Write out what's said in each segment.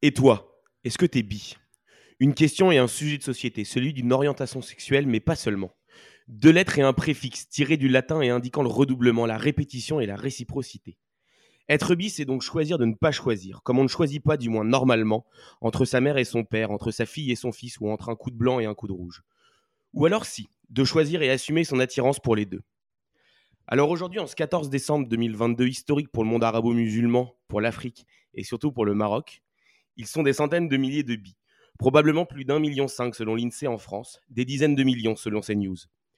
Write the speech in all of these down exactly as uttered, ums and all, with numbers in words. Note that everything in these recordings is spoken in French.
Et toi, est-ce que t'es bi? Une question et un sujet de société, celui d'une orientation sexuelle, mais pas seulement. Deux lettres et un préfixe tirés du latin et indiquant le redoublement, la répétition et la réciprocité. Être bi, c'est donc choisir de ne pas choisir, comme on ne choisit pas, du moins normalement, entre sa mère et son père, entre sa fille et son fils, ou entre un coup de blanc et un coup de rouge. Ou alors si, de choisir et assumer son attirance pour les deux. Alors aujourd'hui, en ce quatorze décembre deux mille vingt-deux, historique pour le monde arabo-musulman, pour l'Afrique et surtout pour le Maroc, ils sont des centaines de milliers de bi, probablement plus d'un million cinq selon l'INSEE en France, des dizaines de millions selon CNews.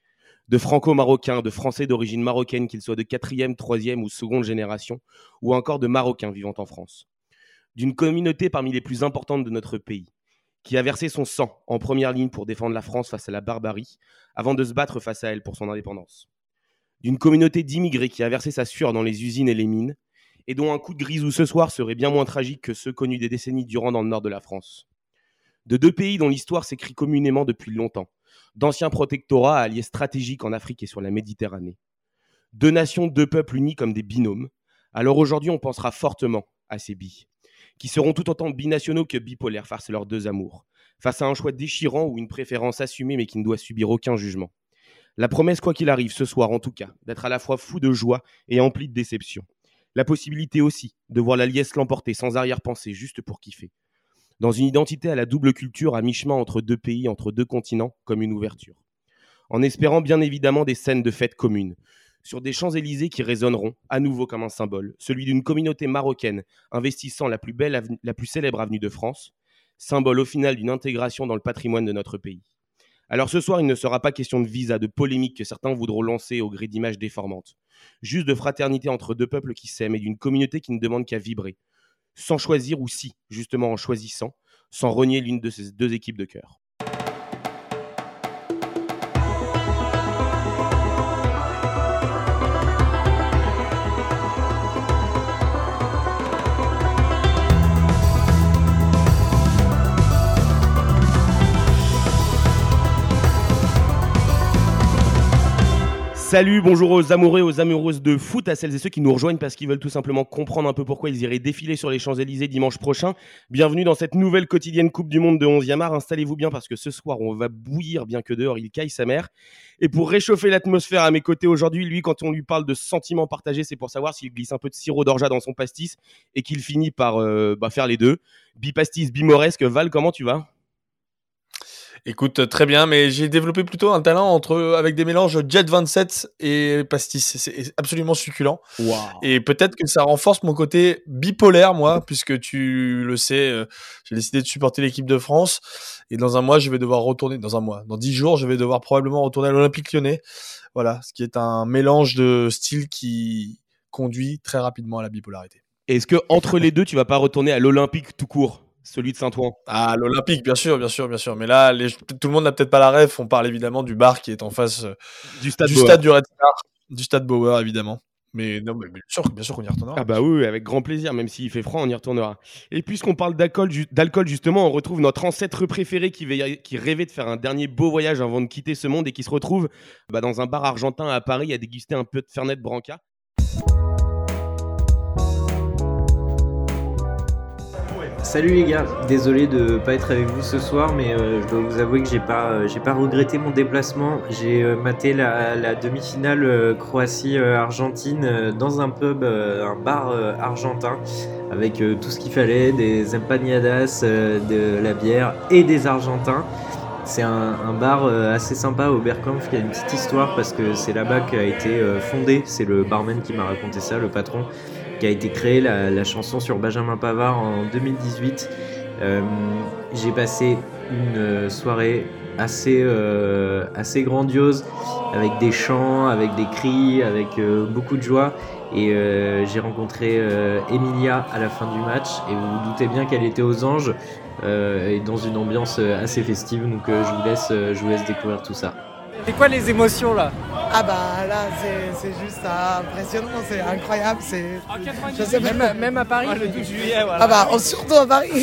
De franco-marocains, de français d'origine marocaine, qu'ils soient de quatrième, troisième ou seconde génération, ou encore de marocains vivant en France. D'une communauté parmi les plus importantes de notre pays, qui a versé son sang en première ligne pour défendre la France face à la barbarie, avant de se battre face à elle pour son indépendance. D'une communauté d'immigrés qui a versé sa sueur dans les usines et les mines, et dont un coup de grisou ce soir serait bien moins tragique que ceux connus des décennies durant dans le nord de la France. De deux pays dont l'histoire s'écrit communément depuis longtemps, d'anciens protectorats alliés stratégiques en Afrique et sur la Méditerranée. Deux nations, deux peuples unis comme des binômes. Alors aujourd'hui, on pensera fortement à ces bi, qui seront tout autant binationaux que bipolaires face à leurs deux amours, face à un choix déchirant ou une préférence assumée mais qui ne doit subir aucun jugement. La promesse, quoi qu'il arrive, ce soir en tout cas, d'être à la fois fou de joie et empli de déception. La possibilité aussi de voir la liesse l'emporter sans arrière-pensée, juste pour kiffer. Dans une identité à la double culture, à mi-chemin entre deux pays, entre deux continents, comme une ouverture. En espérant bien évidemment des scènes de fêtes communes, sur des Champs-Élysées qui résonneront, à nouveau comme un symbole, celui d'une communauté marocaine investissant la plus belle, avenue, la plus célèbre avenue de France, symbole au final d'une intégration dans le patrimoine de notre pays. Alors ce soir, il ne sera pas question de visa, de polémique que certains voudront lancer au gré d'images déformantes. Juste de fraternité entre deux peuples qui s'aiment et d'une communauté qui ne demande qu'à vibrer. Sans choisir ou si, justement en choisissant, sans renier l'une de ces deux équipes de cœur. Salut, bonjour aux amoureux et aux amoureuses de foot, à celles et ceux qui nous rejoignent parce qu'ils veulent tout simplement comprendre un peu pourquoi ils iraient défiler sur les Champs-Élysées dimanche prochain. Bienvenue dans cette nouvelle quotidienne Coupe du Monde de onzième art. Installez-vous bien parce que ce soir, on va bouillir bien que dehors, il caille sa mère. Et pour réchauffer l'atmosphère à mes côtés aujourd'hui, lui, quand on lui parle de sentiments partagés, c'est pour savoir s'il glisse un peu de sirop d'orgeat dans son pastis et qu'il finit par euh, bah, faire les deux. Bipastis, bimoresque. Val, comment tu vas ? Écoute, très bien, mais j'ai développé plutôt un talent entre, avec des mélanges Jet vingt-sept et pastis. C'est absolument succulent. Wow. Et peut-être que ça renforce mon côté bipolaire, moi, puisque tu le sais, euh, j'ai décidé de supporter l'équipe de France. Et dans un mois, je vais devoir retourner, dans un mois, dans dix jours, je vais devoir probablement retourner à l'Olympique Lyonnais. Voilà, ce qui est un mélange de styles qui conduit très rapidement à la bipolarité. Est-ce que entre les deux, tu vas pas retourner à l'Olympique tout court ? Celui de Saint-Ouen. Ah, l'Olympique, bien sûr, bien sûr, bien sûr. Mais là, les, tout le monde n'a peut-être pas la ref. On parle évidemment du bar qui est en face euh, du stade, du, stade du Red Star, du stade Bauer, évidemment. Mais non, mais bien sûr, bien sûr qu'on y retournera. Ah bah oui, avec grand plaisir, même s'il fait froid, on y retournera. Et puisqu'on parle d'alcool, d'alcool justement, on retrouve notre ancêtre préféré qui, veille, qui rêvait de faire un dernier beau voyage avant de quitter ce monde et qui se retrouve bah, dans un bar argentin à Paris à déguster un peu de Fernet Branca. Salut les gars, désolé de pas être avec vous ce soir, mais euh, je dois vous avouer que j'ai pas, euh, j'ai pas regretté mon déplacement. J'ai euh, maté la, la demi-finale euh, Croatie-Argentine euh, dans un pub, euh, un bar euh, argentin, avec euh, tout ce qu'il fallait, des empanadas, euh, de la bière et des Argentins. C'est un, un bar euh, assez sympa au Berkampf qui a une petite histoire parce que c'est là-bas qu'a été euh, fondé, c'est le barman qui m'a raconté ça, le patron, qui a été créé la, la chanson sur Benjamin Pavard en deux mille dix-huit. Euh, j'ai passé une soirée assez, euh, assez grandiose, avec des chants, avec des cris, avec euh, beaucoup de joie. Et euh, j'ai rencontré euh, Emilia à la fin du match, et vous vous doutez bien qu'elle était aux anges, euh, et dans une ambiance assez festive. Donc euh, je, vous laisse, euh, je vous laisse découvrir tout ça. C'est quoi les émotions là ? Ah bah là c'est, c'est juste impressionnant, c'est incroyable, c'est... Je sais même, pas. même à Paris, ouais, le douze juillet, voilà. Ah bah oh, surtout à Paris.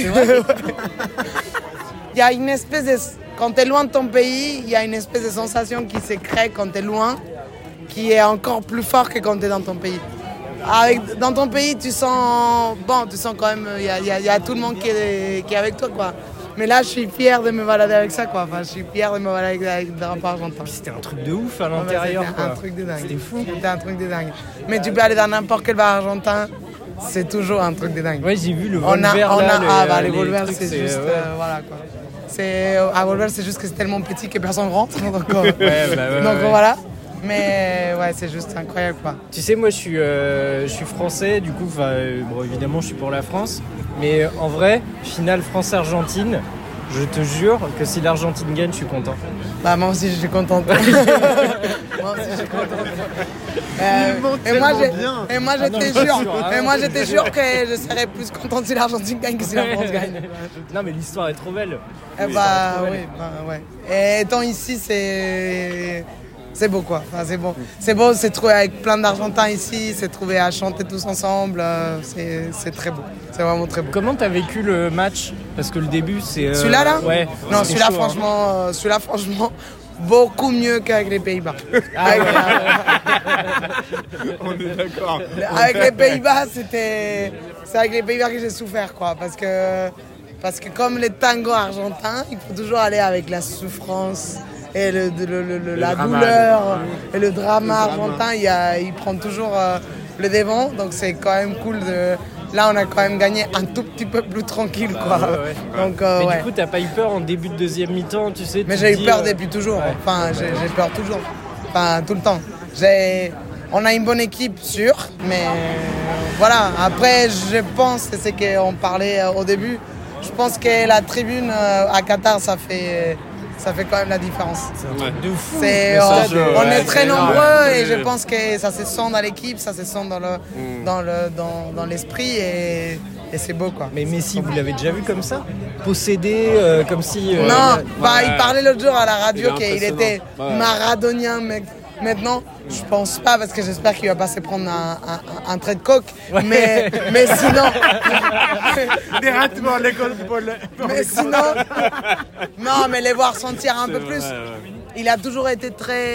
Il y a une espèce de... Quand t'es loin de ton pays, il y a une espèce de sensation qui se crée quand t'es loin, qui est encore plus fort que quand t'es dans ton pays. avec, dans ton pays, tu sens, bon, tu sens quand même, il y a, y a, y a tout le monde qui est, qui est avec toi, quoi. Mais là, je suis fier de me balader avec ça, quoi. Enfin, je suis fier de me balader avec, avec le drapeau argentin. C'était un truc de ouf à l'intérieur, C'était quoi. un truc de dingue. C'était fou. C'était un truc de dingue. Mais tu peux aller dans n'importe quel bar argentin, c'est toujours un truc de dingue. Ouais, j'ai vu le On vol a, vert on a, là. ah les, bah les les vols verts, trucs, c'est juste, ouais. euh, voilà, quoi. C'est, à Volver, c'est juste que c'est tellement petit que personne rentre. Donc, euh, Ouais, bah, ouais, donc ouais. voilà. Mais ouais, c'est juste incroyable, quoi. Tu sais, moi, je suis, euh, je suis français, du coup, euh, bon, évidemment, je suis pour la France. Mais euh, en vrai, finale France-Argentine, je te jure que si l'Argentine gagne, je suis content. Bah moi aussi je suis contente. moi aussi je suis contente. Euh, et, moi, j'ai, et moi Ah non, j'étais mais sûr, sûr, ah et non, moi c'est j'étais sûr que je serais plus contente si l'Argentine gagne que si la France gagne. Non, mais l'histoire est trop belle. Eh bah oui, bah ouais. Et étant ici c'est c'est beau quoi. Enfin, c'est bon. C'est beau, c'est trouvé avec plein d'Argentins ici, c'est trouvé à chanter tous ensemble. euh, C'est, c'est très beau. C'est vraiment très beau. Comment t'as vécu le match? Parce que le début, c'est... euh, Celui-là là Ouais. Non, c'était celui-là chaud, hein. franchement, euh, celui-là franchement, beaucoup mieux qu'avec les Pays-Bas. Ah Avec, ouais. euh, On est d'accord. avec les Pays-Bas, c'était, c'est avec les Pays-Bas que j'ai souffert quoi, parce que parce que comme les tangos argentins, il faut toujours aller avec la souffrance et le, le- le- le- la drama. douleur et le drama argentin, il, y a, il prend toujours euh, le devant, donc c'est quand même cool de. Là, on a quand même gagné un tout petit peu plus tranquille, quoi. Ouais, ouais. Donc, euh, Mais ouais. du coup, t'as pas eu peur en début de deuxième mi-temps, tu sais? Mais tu j'ai te eu dis, peur euh, depuis toujours. ouais. Enfin, j'ai, j'ai peur toujours. Enfin, tout le temps. J'ai... On a une bonne équipe, sûre, mais voilà. Après, je pense, et c'est qu'on parlait euh, au début, je pense que la tribune euh, à Qatar, ça fait, ça fait quand même la différence. Ouais. De fou. C'est, Le on, stade, euh, on ouais, est très c'est énorme. nombreux Ouais. et je pense que ça se sent dans l'équipe, ça se sent dans, le, dans, le, dans, dans l'esprit et, et c'est beau, quoi. Mais Messi, vous l'avez déjà vu comme ça? Possédé, euh, comme si... euh, Non, bah, ouais. il parlait l'autre jour à la radio Il est qu'il était impressionnant. Ouais. maradonien, mec. Maintenant, je pense pas parce que j'espère qu'il va pas se prendre un, un, un trait de coque. Ouais. Mais, mais sinon, Directement l'école Paul. mais sinon, non, mais les voir sentir un peu plus. Ouais, ouais. Il a toujours été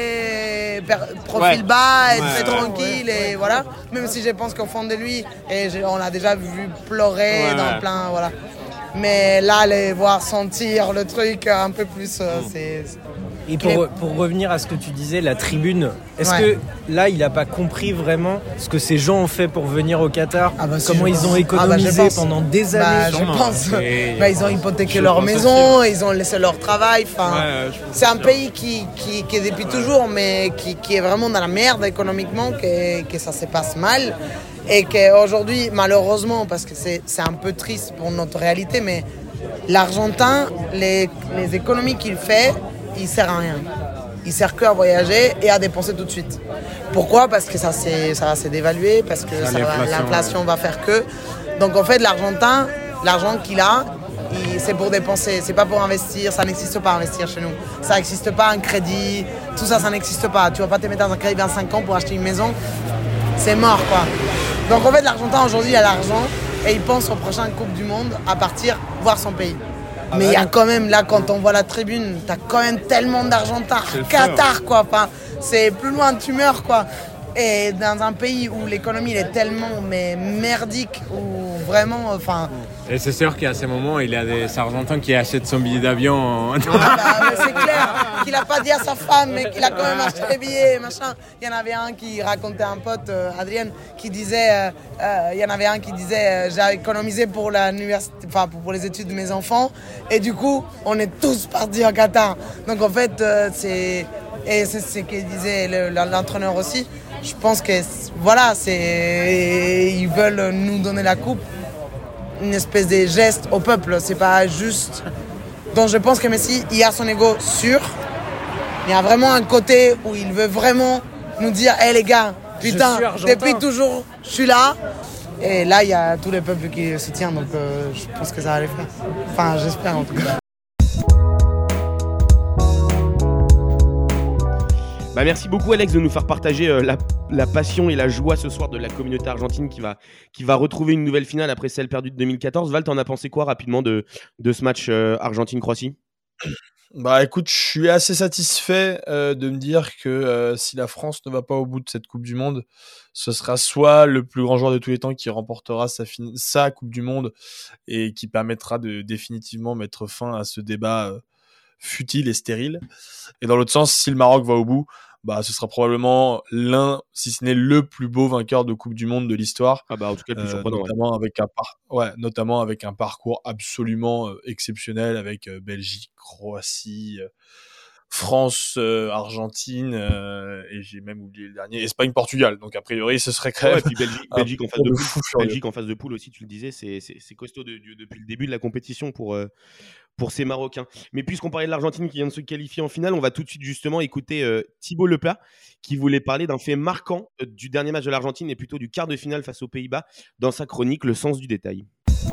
très per- profil Ouais. bas et Ouais, très ouais. tranquille et voilà. Même si je pense qu'au fond de lui, et j'ai- on l'a déjà vu pleurer Ouais, dans ouais. plein, voilà. Mais là, les voir sentir le truc un peu plus, euh, c'est. Et pour, pour revenir à ce que tu disais, la tribune, est-ce Ouais. que là, il n'a pas compris vraiment ce que ces gens ont fait pour venir au Qatar? Ah bah si, Comment je ils pense. ont Ah bah, je économisé pense. pendant des Bah, années? je sûrement. pense. Et- Bah, ils ont hypothéqué Je leur pense maison, ils ont laissé leur travail. Enfin, Ouais, ouais, je pense c'est un aussi. pays qui, qui, qui est depuis toujours, mais qui, qui est vraiment dans la merde économiquement, que, que ça se passe mal. Et qu'aujourd'hui, malheureusement, parce que c'est, c'est un peu triste pour notre réalité, mais l'Argentin, les, les économies qu'il fait, il sert à rien. Il sert que à voyager et à dépenser tout de suite. Pourquoi? Parce que ça, c'est, ça va se dévaluer, parce que Ça, ça va- l'inflation, l'inflation va faire que. Donc en fait, l'Argentin, l'argent qu'il a, il- c'est pour dépenser, c'est pas pour investir, ça n'existe pas investir chez nous. Ça n'existe pas un crédit, tout ça, ça n'existe pas. Tu vas pas te mettre dans un crédit vingt-cinq ans pour acheter une maison, c'est mort quoi. Donc en fait, l'Argentin aujourd'hui, il a l'argent et il pense aux prochaines Coupes du Monde à partir voir son pays. Mais il y a quand même, là, quand on voit la tribune, t'as quand même tellement d'Argentins. C'est le Qatar, quoi. Enfin, c'est plus loin, tu meurs, quoi. Et dans un pays où l'économie elle est tellement mais merdique, où vraiment, enfin... Et c'est sûr qu'à ces moments, il y a des Argentins qui achètent son billet d'avion. En... Ah bah, mais c'est clair qu'il a pas dit à sa femme, mais qu'il a quand même acheté les billets, machin. Il y en avait un qui racontait un pote, euh, Adrien, qui disait, euh, euh, il y en avait un qui disait, euh, j'ai économisé pour l'université, enfin pour, pour les études de mes enfants, et du coup, on est tous partis au Qatar. Donc en fait, euh, c'est et c'est ce que disait le- l'entraîneur aussi. Je pense que voilà, c'est ils veulent nous donner la coupe, une espèce de geste au peuple. C'est pas juste. Donc je pense que Messi, il a son ego sûr. Il y a vraiment un côté où il veut vraiment nous dire, hé hey, les gars, putain, suis argentin. depuis toujours, je suis là. Et là, il y a tout le peuple qui se tient, donc euh, je pense que ça va les faire. Enfin, j'espère en tout cas. Bah, merci beaucoup Alex de nous faire partager euh, la, la passion et la joie ce soir de la communauté argentine qui va, qui va retrouver une nouvelle finale après celle perdue de deux mille quatorze. Val, t'en as pensé quoi rapidement de, de ce match euh, Argentine-Croatie? Bah écoute, je suis assez satisfait euh, de me dire que euh, si la France ne va pas au bout de cette Coupe du Monde, ce sera soit le plus grand joueur de tous les temps qui remportera sa, fin- sa Coupe du Monde et qui permettra de définitivement mettre fin à ce débat euh, futile et stérile. Et dans l'autre sens, si le Maroc va au bout, bah ce sera probablement l'un, si ce n'est le plus beau vainqueur de Coupe du Monde de l'histoire. Ah bah en tout cas le plus Euh, surprenant. Ouais. notamment avec un par... ouais, notamment avec un parcours absolument euh, exceptionnel avec euh, Belgique, Croatie, euh, France, euh, Argentine euh, et j'ai même oublié le dernier, Espagne, Portugal. Donc a priori, ce serait quand Ouais, même et puis Belgique, un Belgique en phase de de poule. fou furieux. Belgique en phase de poule aussi, tu le disais, c'est, c'est, c'est costaud de- de- depuis le début de la compétition pour, euh, pour ces Marocains. Mais puisqu'on parlait de l'Argentine qui vient de se qualifier en finale, on va tout de suite justement écouter euh, Thibaut Leplat qui voulait parler d'un fait marquant euh, du dernier match de l'Argentine et plutôt du quart de finale face aux Pays-Bas dans sa chronique Le sens du détail.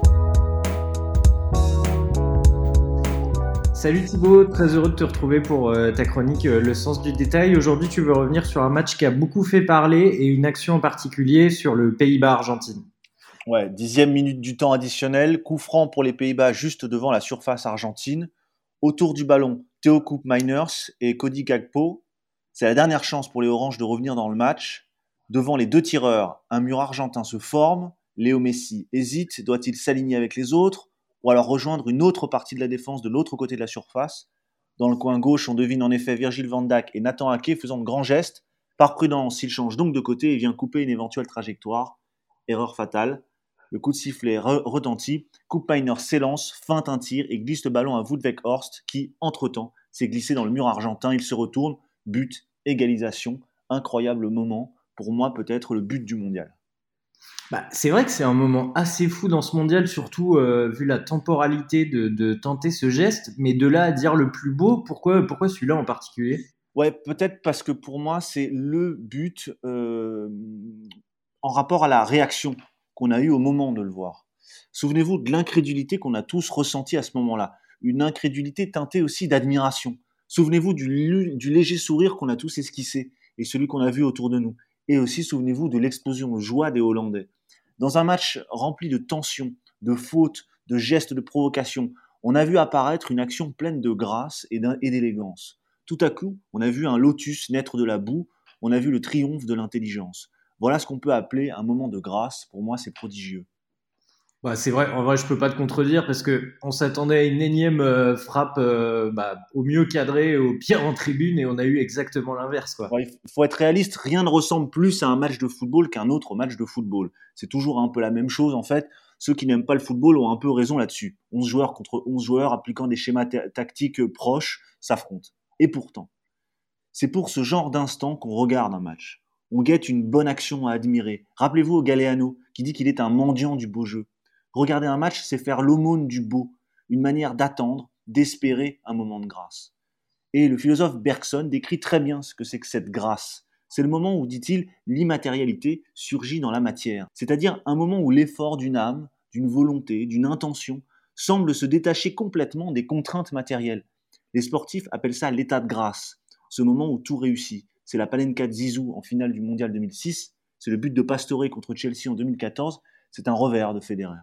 Salut Thibaut, très heureux de te retrouver pour euh, ta chronique euh, Le sens du détail. Aujourd'hui, tu veux revenir sur un match qui a beaucoup fait parler et une action en particulier sur le Pays-Bas-Argentine. Ouais, dixième minute du temps additionnel, coup franc pour les Pays-Bas juste devant la surface argentine. Autour du ballon, Theo Koopmeiners et Cody Gakpo. C'est la dernière chance pour les Oranges de revenir dans le match. Devant les deux tireurs, un mur argentin se forme. Léo Messi hésite, doit-il s'aligner avec les autres ou alors rejoindre une autre partie de la défense de l'autre côté de la surface? Dans le coin gauche, on devine en effet Virgil van Dijk et Nathan Ake faisant de grands gestes. Par prudence, il change donc de côté et vient couper une éventuelle trajectoire. Erreur fatale. Le coup de sifflet re- retentit. Koopmeiners s'élance, feinte un tir et glisse le ballon à Wout Weghorst qui, entre-temps, s'est glissé dans le mur argentin. Il se retourne, but, égalisation. Incroyable moment. Pour moi, peut-être le but du mondial. Bah, c'est vrai que c'est un moment assez fou dans ce mondial, surtout euh, vu la temporalité de, de tenter ce geste. Mais de là à dire le plus beau, pourquoi, pourquoi celui-là en particulier? Ouais, peut-être parce que pour moi, c'est le but euh, en rapport à la réaction qu'on a eue au moment de le voir. Souvenez-vous de l'incrédulité qu'on a tous ressentie à ce moment-là. Une incrédulité teintée aussi d'admiration. Souvenez-vous du, du léger sourire qu'on a tous esquissé et celui qu'on a vu autour de nous. Et aussi, souvenez-vous de l'explosion de joie des Hollandais. Dans un match rempli de tensions, de fautes, de gestes de provocation, on a vu apparaître une action pleine de grâce et, et d'élégance. Tout à coup, on a vu un lotus naître de la boue, on a vu le triomphe de l'intelligence. Voilà ce qu'on peut appeler un moment de grâce. Pour moi, c'est prodigieux. Bah, c'est vrai, en vrai, je peux pas te contredire parce que on s'attendait à une énième euh, frappe euh, bah, au mieux cadrée, au pire en tribune, et on a eu exactement l'inverse, quoi. Ouais, il faut être réaliste, rien ne ressemble plus à un match de football qu'un autre match de football. C'est toujours un peu la même chose, en fait. Ceux qui n'aiment pas le football ont un peu raison là-dessus. onze joueurs contre onze joueurs, appliquant des schémas t- tactiques proches, s'affrontent. Et pourtant, c'est pour ce genre d'instant qu'on regarde un match. On guette une bonne action à admirer. Rappelez-vous au Galeano, qui dit qu'il est un mendiant du beau jeu. Regarder un match, c'est faire l'aumône du beau, une manière d'attendre, d'espérer un moment de grâce. Et le philosophe Bergson décrit très bien ce que c'est que cette grâce. C'est le moment où, dit-il, l'immatérialité surgit dans la matière. C'est-à-dire un moment où l'effort d'une âme, d'une volonté, d'une intention, semble se détacher complètement des contraintes matérielles. Les sportifs appellent ça l'état de grâce, ce moment où tout réussit. C'est la Panenka de Zizou en finale du Mondial deux mille six, c'est le but de Pastore contre Chelsea en deux mille quatorze, c'est un revers de Federer.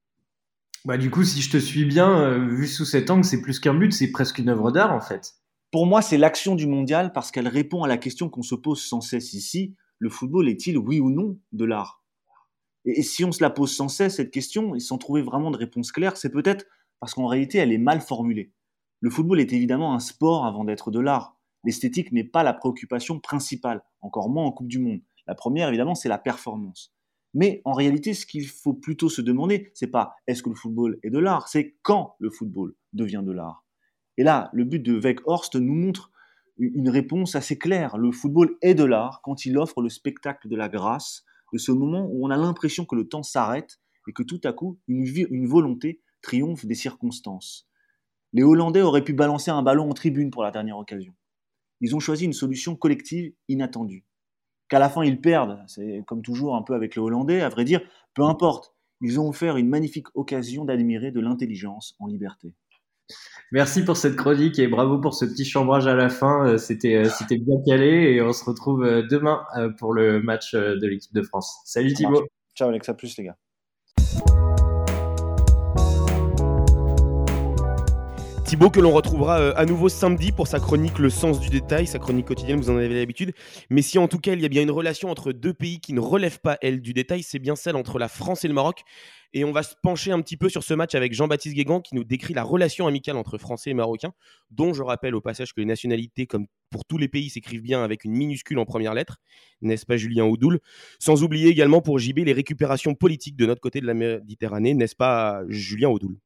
Bah, du coup, si je te suis bien, euh, vu sous cet angle, c'est plus qu'un but, c'est presque une œuvre d'art, en fait. Pour moi, c'est l'action du mondial parce qu'elle répond à la question qu'on se pose sans cesse ici. Le football est-il, oui ou non, de l'art ? Et si on se la pose sans cesse, cette question, et sans trouver vraiment de réponse claire, c'est peut-être parce qu'en réalité, elle est mal formulée. Le football est évidemment un sport avant d'être de l'art. L'esthétique n'est pas la préoccupation principale, encore moins en Coupe du Monde. La première, évidemment, c'est la performance. Mais en réalité, ce qu'il faut plutôt se demander, c'est pas est-ce que le football est de l'art, c'est quand le football devient de l'art. Et là, le but de Weghorst nous montre une réponse assez claire. Le football est de l'art quand il offre le spectacle de la grâce, de ce moment où on a l'impression que le temps s'arrête et que tout à coup, une, vie, une volonté triomphe des circonstances. Les Hollandais auraient pu balancer un ballon en tribune pour la dernière occasion. Ils ont choisi une solution collective inattendue. Qu'à la fin, ils perdent, c'est comme toujours un peu avec les Hollandais, à vrai dire, peu importe. Ils ont offert une magnifique occasion d'admirer de l'intelligence en liberté. Merci pour cette chronique et bravo pour ce petit chambrage à la fin. C'était, c'était bien calé et on se retrouve demain pour le match de l'équipe de France. Salut Thibaut. Ciao Alex, à plus les gars. Thibaut que l'on retrouvera euh, à nouveau samedi pour sa chronique Le Sens du Détail, sa chronique quotidienne, vous en avez l'habitude. Mais si en tout cas il y a bien une relation entre deux pays qui ne relèvent pas, elle, du détail, c'est bien celle entre la France et le Maroc. Et on va se pencher un petit peu sur ce match avec Jean-Baptiste Guégan qui nous décrit la relation amicale entre Français et Marocains, dont je rappelle au passage que les nationalités, comme pour tous les pays, s'écrivent bien avec une minuscule en première lettre, n'est-ce pas Julien Oudoul? Sans oublier également pour J B les récupérations politiques de notre côté de la Méditerranée, n'est-ce pas Julien Oudoul?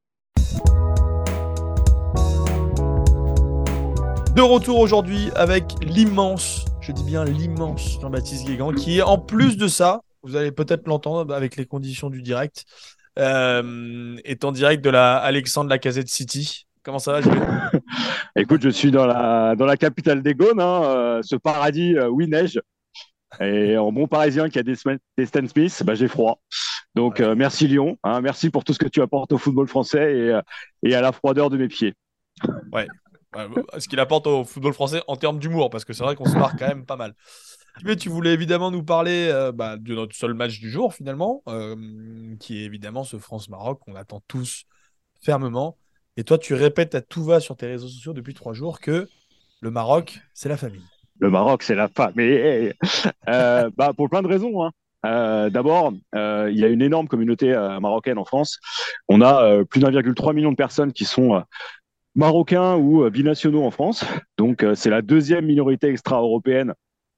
De retour aujourd'hui avec l'immense, je dis bien l'immense Jean-Baptiste Guégan, qui en plus de ça, vous allez peut-être l'entendre avec les conditions du direct, euh, est en direct de la Alexandre Lacazette City. Comment ça va, J B? Écoute, je suis dans la, dans la capitale des Gaunes, hein, euh, ce paradis euh, où il neige. Et en bon parisien qui a des, des Stan Smith, bah, j'ai froid. Donc euh, merci Lyon, hein, merci pour tout ce que tu apportes au football français et, euh, et à la froideur de mes pieds. Ouais. Ce qu'il apporte au football français en termes d'humour, parce que c'est vrai qu'on se marre quand même pas mal. Mais tu voulais évidemment nous parler euh, bah, de notre seul match du jour finalement, euh, qui est évidemment ce France-Maroc qu'on attend tous fermement. Et toi, tu répètes à tout va sur tes réseaux sociaux depuis trois jours que le Maroc, c'est la famille. Le Maroc, c'est la famille. euh, bah, pour plein de raisons. Hein. Euh, d'abord, euh, il y a une énorme communauté euh, marocaine en France. On a euh, plus d'un virgule trois million de personnes qui sont euh, marocains ou euh, binationaux en France. Donc, euh, c'est la deuxième minorité extra-européenne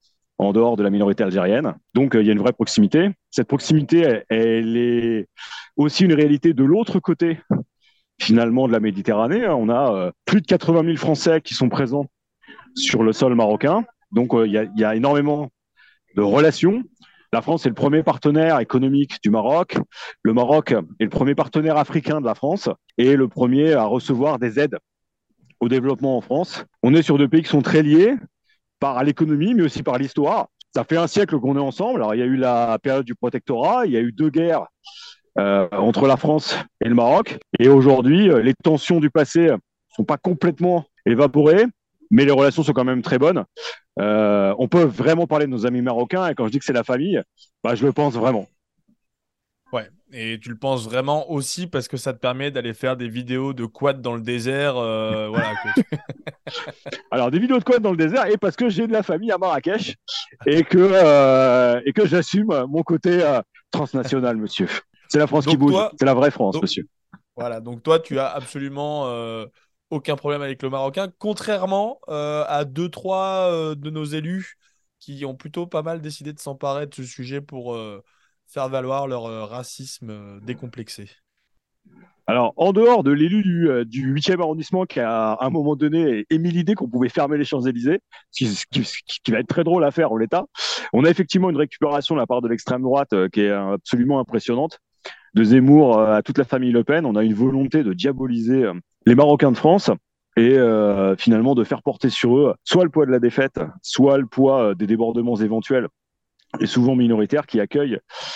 en dehors de la minorité algérienne. Donc, euh, il y a une vraie proximité. Cette proximité, elle, elle est aussi une réalité de l'autre côté, finalement, de la Méditerranée. On a euh, plus de quatre-vingt mille Français qui sont présents sur le sol marocain. Donc, euh, il y a, y a énormément de relations. La France est le premier partenaire économique du Maroc. Le Maroc est le premier partenaire africain de la France et le premier à recevoir des aides au développement en France. On est sur deux pays qui sont très liés par l'économie, mais aussi par l'histoire. Ça fait un siècle qu'on est ensemble. Alors, il y a eu la période du protectorat, il y a eu deux guerres euh, entre la France et le Maroc. Et aujourd'hui, les tensions du passé ne sont pas complètement évaporées, mais les relations sont quand même très bonnes. Euh, on peut vraiment parler de nos amis marocains, et quand je dis que c'est la famille, bah, je le pense vraiment. Ouais, et tu le penses vraiment aussi parce que ça te permet d'aller faire des vidéos de quad dans le désert. Euh, voilà, que tu... Alors, des vidéos de quad dans le désert, et parce que j'ai de la famille à Marrakech, et que, euh, et que j'assume mon côté euh, transnational, monsieur. C'est la France donc qui bouge, toi, c'est la vraie France, donc, monsieur. Voilà, donc toi, tu as absolument... Euh... aucun problème avec le Marocain, contrairement euh, à deux, trois euh, de nos élus qui ont plutôt pas mal décidé de s'emparer de ce sujet pour euh, faire valoir leur euh, racisme euh, décomplexé. Alors, en dehors de l'élu du, euh, du huitième arrondissement qui, a, à un moment donné, émis l'idée qu'on pouvait fermer les Champs-Élysées, ce qui, qui, qui va être très drôle à faire en l'état, on a effectivement une récupération de la part de l'extrême droite euh, qui est absolument impressionnante. De Zemmour euh, à toute la famille Le Pen, on a une volonté de diaboliser euh, les Marocains de France et euh, finalement de faire porter sur eux soit le poids de la défaite, soit le poids euh, des débordements éventuels et souvent minoritaires qui accueillent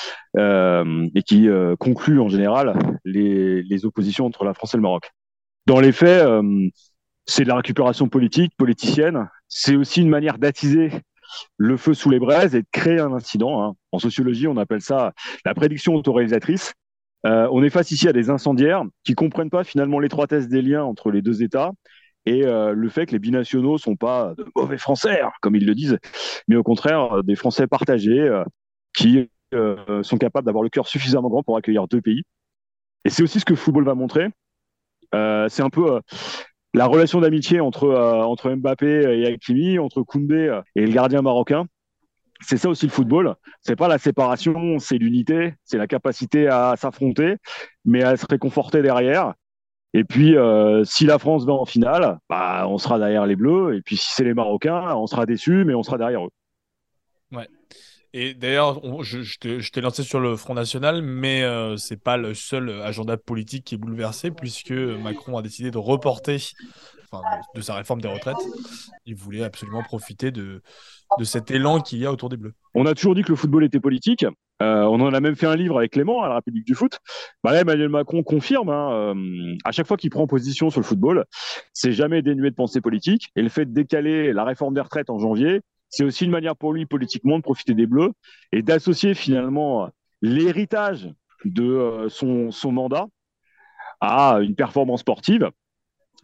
euh, et qui euh, concluent en général les, les oppositions entre la France et le Maroc. Dans les faits, euh, c'est de la récupération politique, politicienne. C'est aussi une manière d'attiser le feu sous les braises et de créer un incident. Hein. En sociologie, on appelle ça la prédiction autoréalisatrice. Euh, on est face ici à des incendiaires qui comprennent pas finalement l'étroitesse des liens entre les deux États et euh, le fait que les binationaux sont pas de mauvais Français, hein, comme ils le disent, mais au contraire des Français partagés euh, qui euh, sont capables d'avoir le cœur suffisamment grand pour accueillir deux pays. Et c'est aussi ce que le football va montrer. Euh, c'est un peu euh, la relation d'amitié entre, euh, entre Mbappé et Hakimi, entre Koundé et le gardien marocain. C'est ça aussi le football. C'est pas la séparation, c'est l'unité, c'est la capacité à s'affronter, mais à se réconforter derrière. Et puis, euh, si la France va en finale, bah, on sera derrière les Bleus. Et puis, si c'est les Marocains, on sera déçus, mais on sera derrière eux. Ouais. Et d'ailleurs, on, je, je, te, je t'ai lancé sur le Front National, mais euh, c'est pas le seul agenda politique qui est bouleversé, puisque Macron a décidé de reporter, enfin, de, de sa réforme des retraites. Il voulait absolument profiter de, de cet élan qu'il y a autour des Bleus. On a toujours dit que le football était politique. Euh, on en a même fait un livre avec Clément à la République du foot. Bah là, Emmanuel Macron confirme, hein, euh, à chaque fois qu'il prend position sur le football, c'est jamais dénué de pensée politique. Et le fait de décaler la réforme des retraites en janvier, c'est aussi une manière pour lui politiquement de profiter des Bleus et d'associer finalement l'héritage de euh, son, son mandat à une performance sportive.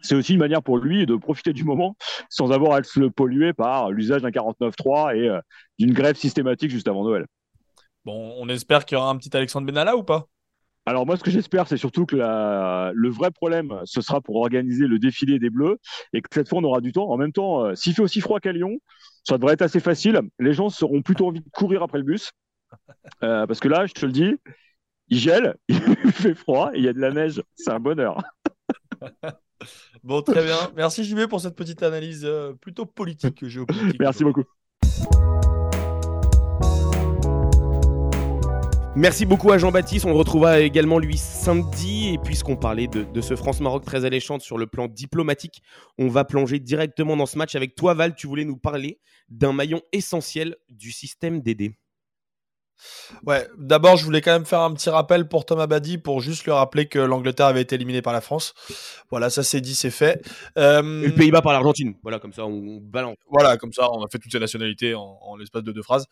c'est aussi une manière pour lui de profiter du moment sans avoir à se le polluer par l'usage d'un quarante-neuf trois et euh, d'une grève systématique juste avant Noël. Bon, on espère qu'il y aura un petit Alexandre Benalla ou pas? Alors moi, ce que j'espère, c'est surtout que la... le vrai problème, ce sera pour organiser le défilé des Bleus et que cette fois, on aura du temps. En même temps, euh, s'il fait aussi froid qu'à Lyon, ça devrait être assez facile. Les gens auront plutôt envie de courir après le bus. Euh, parce que là, je te le dis, il gèle, il fait froid et il y a de la neige. C'est un bonheur. Bon, très bien. Merci J B pour cette petite analyse euh, plutôt politique que géopolitique. Merci beaucoup. Merci beaucoup à Jean-Baptiste. On le retrouvera également lui samedi. Et puisqu'on parlait de, de ce France-Maroc très alléchante sur le plan diplomatique, on va plonger directement dans ce match avec toi, Val. Tu voulais nous parler d'un maillon essentiel du système Dédé. Ouais, d'abord, je voulais quand même faire un petit rappel pour Thomas Badi pour juste lui rappeler que l'Angleterre avait été éliminée par la France. Voilà, ça c'est dit, c'est fait. Euh... Et le Pays-Bas par l'Argentine. Voilà, comme ça, on balance. Voilà, comme ça, on a fait toutes ces nationalités en, en l'espace de deux phrases.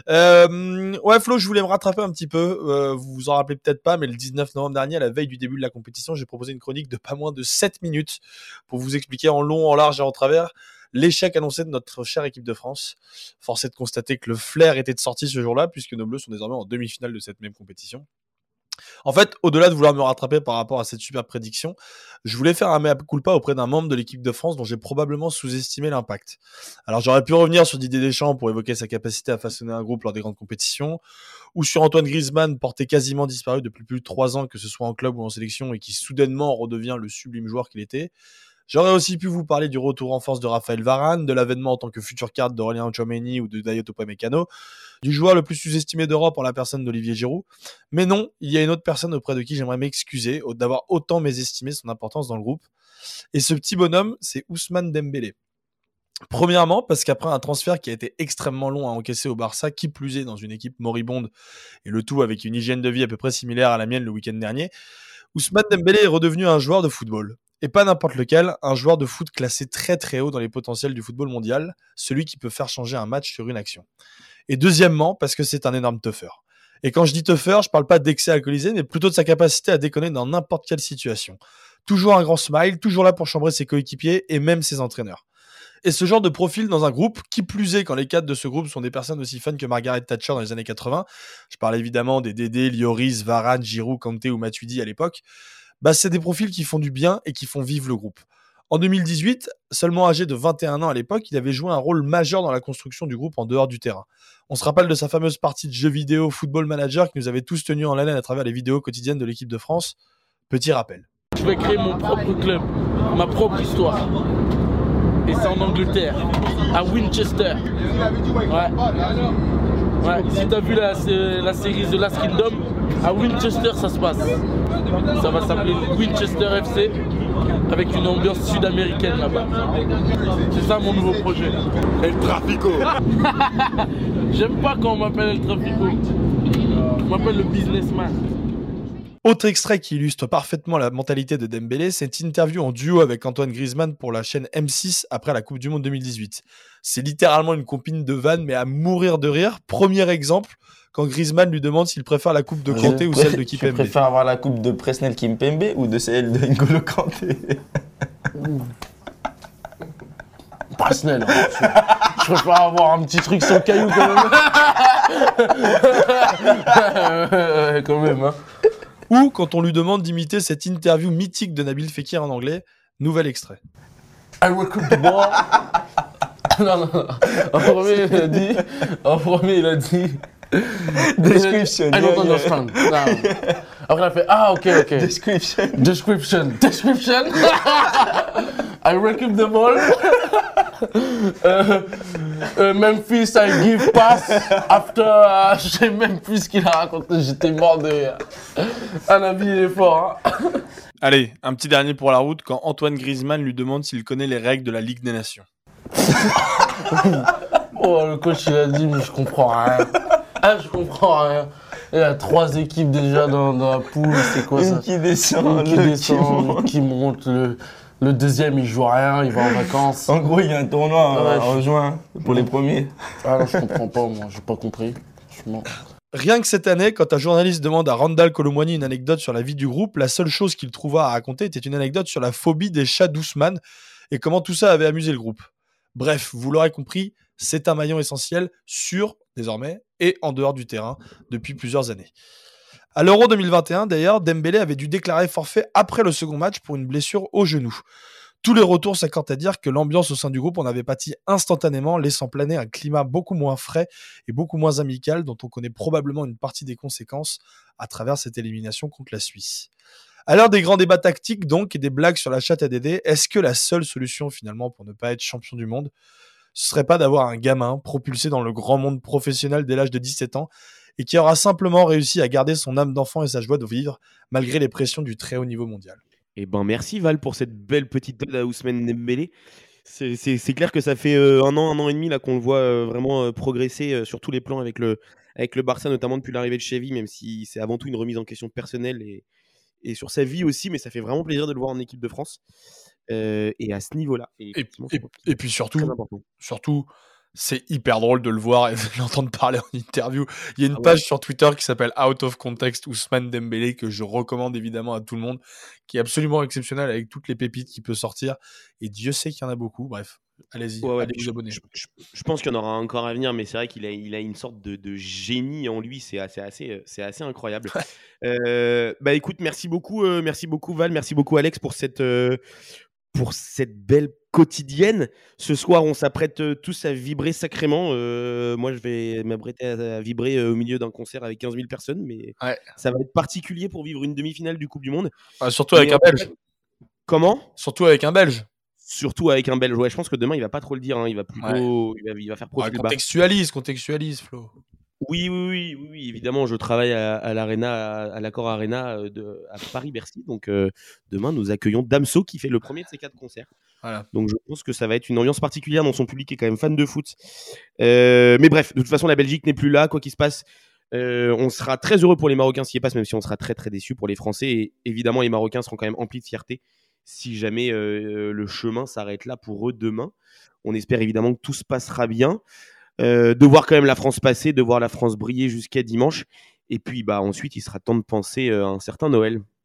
Euh... Ouais, Flo, je voulais me rattraper un petit peu. Euh, vous vous en rappelez peut-être pas, mais le dix-neuf novembre dernier, à la veille du début de la compétition, j'ai proposé une chronique de pas moins de sept minutes pour vous expliquer en long, en large et en travers l'échec annoncé de notre chère équipe de France. Force est de constater que le flair était de sortie ce jour-là, puisque nos Bleus sont désormais en demi-finale de cette même compétition. En fait, au-delà de vouloir me rattraper par rapport à cette super prédiction, je voulais faire un mea culpa auprès d'un membre de l'équipe de France dont j'ai probablement sous-estimé l'impact. Alors j'aurais pu revenir sur Didier Deschamps pour évoquer sa capacité à façonner un groupe lors des grandes compétitions, ou sur Antoine Griezmann, porté quasiment disparu depuis plus de trois ans, que ce soit en club ou en sélection, et qui soudainement redevient le sublime joueur qu'il était. J'aurais aussi pu vous parler du retour en force de Raphaël Varane, de l'avènement en tant que future carte d'Aurélien Tchouaméni ou de Dayot Upamecano, du joueur le plus sous-estimé d'Europe en la personne d'Olivier Giroud. Mais non, il y a une autre personne auprès de qui j'aimerais m'excuser d'avoir autant mésestimé son importance dans le groupe. Et ce petit bonhomme, c'est Ousmane Dembélé. Premièrement, parce qu'après un transfert qui a été extrêmement long à encaisser au Barça, qui plus est dans une équipe moribonde, et le tout avec une hygiène de vie à peu près similaire à la mienne le week-end dernier, Ousmane Dembélé est redevenu un joueur de football. Et pas n'importe lequel, un joueur de foot classé très très haut dans les potentiels du football mondial, celui qui peut faire changer un match sur une action. Et deuxièmement, parce que c'est un énorme tougher. Et quand je dis tougher, je parle pas d'excès alcoolisé, mais plutôt de sa capacité à déconner dans n'importe quelle situation. Toujours un grand smile, toujours là pour chambrer ses coéquipiers et même ses entraîneurs. Et ce genre de profil dans un groupe, qui plus est quand les cadres de ce groupe sont des personnes aussi fun que Margaret Thatcher dans les années quatre-vingts, je parle évidemment des Dédé, Lloris, Varane, Giroud, Kanté ou Matuidi à l'époque, bah c'est des profils qui font du bien et qui font vivre le groupe. En deux mille dix-huit, seulement âgé de vingt et un ans à l'époque, il avait joué un rôle majeur dans la construction du groupe en dehors du terrain. On se rappelle de sa fameuse partie de jeux vidéo Football Manager qui nous avait tous tenus en haleine à travers les vidéos quotidiennes de l'équipe de France. Petit rappel. Je vais créer mon propre club, ma propre histoire. Et c'est en Angleterre, à Winchester. Ouais. Ouais, si t'as vu la, la série The Last Kingdom, à Winchester ça se passe. Ça va s'appeler Winchester F C, avec une ambiance sud-américaine là-bas. C'est ça mon nouveau projet. El Trafico. J'aime pas quand on m'appelle El Trafico. On m'appelle le businessman. Autre extrait qui illustre parfaitement la mentalité de Dembélé, c'est cette interview en duo avec Antoine Griezmann pour la chaîne M six après la Coupe du Monde deux mille dix-huit. C'est littéralement une compine de vannes, mais à mourir de rire. Premier exemple, quand Griezmann lui demande s'il préfère la coupe de Kanté ou celle de Kimpembe. Tu préfères avoir la coupe de Presnel Kimpembe ou de celle de N'Golo Kanté? Presnel, hein, je, je préfère avoir un petit truc sur le caillou quand même. Quand même, hein. Ou quand on lui demande d'imiter cette interview mythique de Nabil Fekir en anglais, nouvel extrait. I will cook the ball. Non, non, non. En premier, il a dit. En premier, il a dit. Description. I don't understand. Non. Après, il a fait ah, ok, ok. Description. Description. Description. I recoup the ball. uh, uh, Memphis, I give pass. After. Uh, je sais même plus ce qu'il a raconté. J'étais mort de rire. Un ami, il est fort. Hein. Allez, un petit dernier pour la route quand Antoine Griezmann lui demande s'il connaît les règles de la Ligue des Nations. Oh, le coach, il a dit, mais je comprends rien. Ah, je comprends rien. Il y a trois équipes déjà dans, dans la poule. C'est quoi Une ça? qui descend, Une qui descend, une qui monte. Le, le deuxième, il joue rien, il va en vacances. En gros, il y a un tournoi ouais, en, en je... juin pour les premiers. Ah non, je comprends pas, moi, j'ai pas compris. Franchement. Rien que cette année, quand un journaliste demande à Randall Colomwani une anecdote sur la vie du groupe, la seule chose qu'il trouva à raconter était une anecdote sur la phobie des chats d'Ousmane et comment tout ça avait amusé le groupe. Bref, vous l'aurez compris, c'est un maillon essentiel sur, désormais, et en dehors du terrain depuis plusieurs années. À l'Euro deux mille vingt et un, d'ailleurs, Dembélé avait dû déclarer forfait après le second match pour une blessure au genou. Tous les retours s'accordent à dire que l'ambiance au sein du groupe en avait pâti instantanément, laissant planer un climat beaucoup moins frais et beaucoup moins amical, dont on connaît probablement une partie des conséquences à travers cette élimination contre la Suisse. À l'heure des grands débats tactiques donc et des blagues sur la chatte à Dédé, est-ce que la seule solution finalement pour ne pas être champion du monde, ce serait pas d'avoir un gamin propulsé dans le grand monde professionnel dès l'âge de dix-sept ans et qui aura simplement réussi à garder son âme d'enfant et sa joie de vivre malgré les pressions du très haut niveau mondial? Eh ben merci Val pour cette belle petite ode à Ousmane Dembélé. C'est, c'est, c'est clair que ça fait euh, un an, un an et demi là qu'on le voit euh, vraiment euh, progresser euh, sur tous les plans avec le, avec le Barça, notamment depuis l'arrivée de Xavi, même si c'est avant tout une remise en question personnelle et, et sur sa vie aussi, mais ça fait vraiment plaisir de le voir en équipe de France euh, et à ce niveau-là. Et, Et, effectivement, et, c'est et puis très surtout, important. surtout, c'est hyper drôle de le voir et de l'entendre parler en interview. Il y a une Ah ouais. page sur Twitter qui s'appelle Out of Context Ousmane Dembélé que je recommande évidemment à tout le monde, qui est absolument exceptionnel avec toutes les pépites qu'il peut sortir. Et Dieu sait qu'il y en a beaucoup. Bref, allez-y, Ouais, ouais, allez puis vous je, abonner. je- je- je pense qu'il y en aura encore à venir, mais c'est vrai qu'il a, il a une sorte de, de génie en lui, c'est assez, assez, euh, c'est assez incroyable. Euh, bah écoute, merci beaucoup, euh, merci beaucoup Val, merci beaucoup Alex pour cette, euh, pour cette belle quotidienne. Ce soir, on s'apprête euh, tous à vibrer sacrément. Euh, moi, je vais m'apprêter à, à vibrer euh, au milieu d'un concert avec quinze mille personnes, mais Ouais. ça va être particulier pour vivre une demi-finale du Coupe du Monde. Ah, surtout avec Mais un en tout Belge. cas, comment? Surtout avec un Belge. Surtout avec un Belge. Ouais, je pense que demain, il va pas trop le dire. hein. Il va Ouais. plutôt, il va, il va faire Ouais, profil bas. contextualise, contextualise, Flo. Oui, oui, oui, oui, oui, évidemment, je travaille à, à l'Arena, à, à l'Accor Arena euh, de, à Paris-Bercy. Donc euh, demain, nous accueillons Damso qui fait le premier de ces quatre concerts. Voilà. Donc je pense que ça va être une ambiance particulière dans son public qui est quand même fan de foot. Euh, mais bref, de toute façon, la Belgique n'est plus là, quoi qu'il se passe. Euh, on sera très heureux pour les Marocains s'ils y passent, même si on sera très très déçus pour les Français. Et évidemment, les Marocains seront quand même emplis de fierté si jamais euh, le chemin s'arrête là pour eux demain. On espère évidemment que tout se passera bien. Euh, de voir quand même la France passer, de voir la France briller jusqu'à dimanche. Et puis bah, ensuite, il sera temps de penser euh, à un certain Noël.